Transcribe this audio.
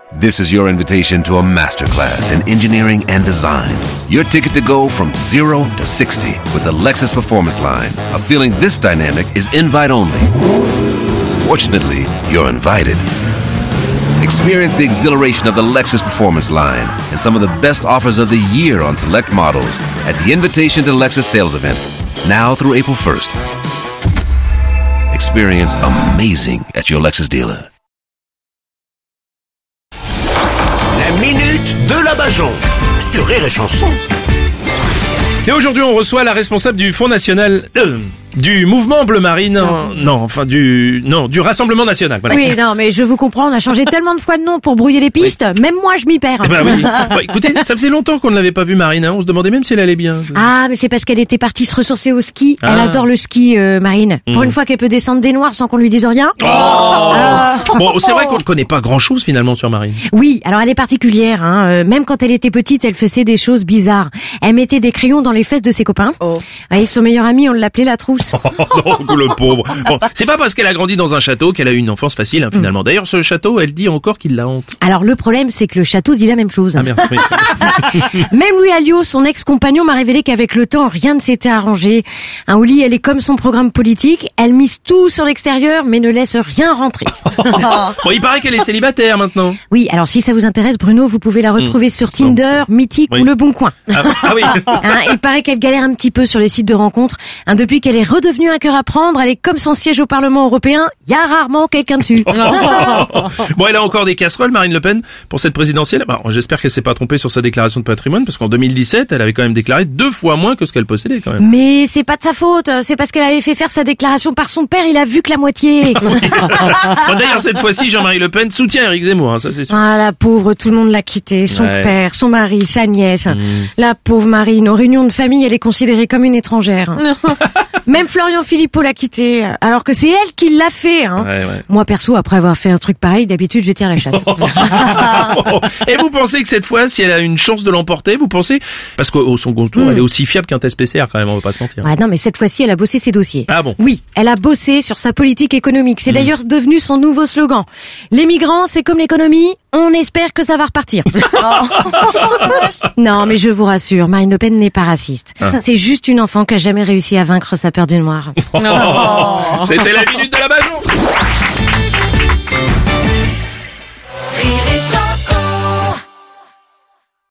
This is your invitation to a masterclass in engineering and design. Your ticket to go from 0 to 60 with the Lexus Performance Line. A feeling this dynamic is invite only. Fortunately, you're invited. Experience the exhilaration of the Lexus Performance Line and some of the best offers of the year on select models at the Invitation to Lexus sales event, now through April 1st. Experience amazing at your Lexus dealer. La minute de la Bajon sur Rire et Chanson. Et aujourd'hui, on reçoit la responsable du Front National, du Mouvement Bleu Marine, du Rassemblement National. Voilà. Oui, non, mais je vous comprends, on a changé tellement de fois de nom pour brouiller les pistes, même moi je m'y perds. Bah oui. Bah, écoutez, ça faisait longtemps qu'on ne l'avait pas vue Marine, hein. On se demandait même si elle allait bien. Ah, mais c'est parce qu'elle était partie se ressourcer au ski. Elle adore le ski, Marine. Pour une fois qu'elle peut descendre des noirs sans qu'on lui dise rien. Bon, c'est vrai qu'on ne connaît pas grand-chose finalement sur Marine. Oui, alors elle est particulière, hein. Même quand elle était petite, elle faisait des choses bizarres. Elle mettait des crayons dans les fesses de ses copains. Et son meilleur ami, on l'appelait la trousse. Non, le pauvre. Bon, c'est pas parce qu'elle a grandi dans un château qu'elle a eu une enfance facile, hein, finalement. D'ailleurs, ce château, elle dit encore qu'il la hante. Alors le problème, c'est que le château dit la même chose. Ah merde, oui. Même Louis Alliot, son ex-compagnon, m'a révélé qu'avec le temps, rien ne s'était arrangé. Au lit, elle est comme son programme politique. Elle mise tout sur l'extérieur, mais ne laisse rien rentrer. Bon, il paraît qu'elle est célibataire maintenant. Oui, alors si ça vous intéresse, Bruno, vous pouvez la retrouver sur Tinder, Mythique ou Le Bon Coin. Ah oui. Il paraît qu'elle galère un petit peu sur les sites de rencontres. Depuis qu'elle est redevenue un cœur à prendre, elle est comme son siège au Parlement européen. Il y a rarement quelqu'un dessus. Bon, elle a encore des casseroles, Marine Le Pen, pour cette présidentielle. Bah, j'espère qu'elle s'est pas trompée sur sa déclaration de patrimoine, parce qu'en 2017, elle avait quand même déclaré 2 fois moins que ce qu'elle possédait, quand même. Mais c'est pas de sa faute. C'est parce qu'elle avait fait faire sa déclaration par son père. Il a vu que la moitié. Bon, d'ailleurs, cette fois-ci, Jean-Marie Le Pen soutient Éric Zemmour, hein, ça c'est sûr. Ah, la pauvre, tout le monde l'a quitté. Son père, son mari, sa nièce. La pauvre Marine, aux réunions de famille, elle est considérée comme une étrangère. Même Florian Philippot l'a quittée, alors que c'est elle qui l'a fait. Hein. Ouais. Moi, perso, après avoir fait un truc pareil, d'habitude, je tire la chasse. Et vous pensez que cette fois, si elle a une chance de l'emporter, vous pensez, parce qu'au second tour, elle est aussi fiable qu'un test PCR quand même, on va pas se mentir. Ah non, mais cette fois-ci, elle a bossé ses dossiers. Ah bon? Oui, elle a bossé sur sa politique économique. C'est d'ailleurs devenu son nouveau slogan. Les migrants, c'est comme l'économie, on espère que ça va repartir. Non, mais je vous rassure, Marine Le Pen n'est pas raciste. C'est juste une enfant qui a jamais réussi à vaincre sa peur du noir. C'était la minute de la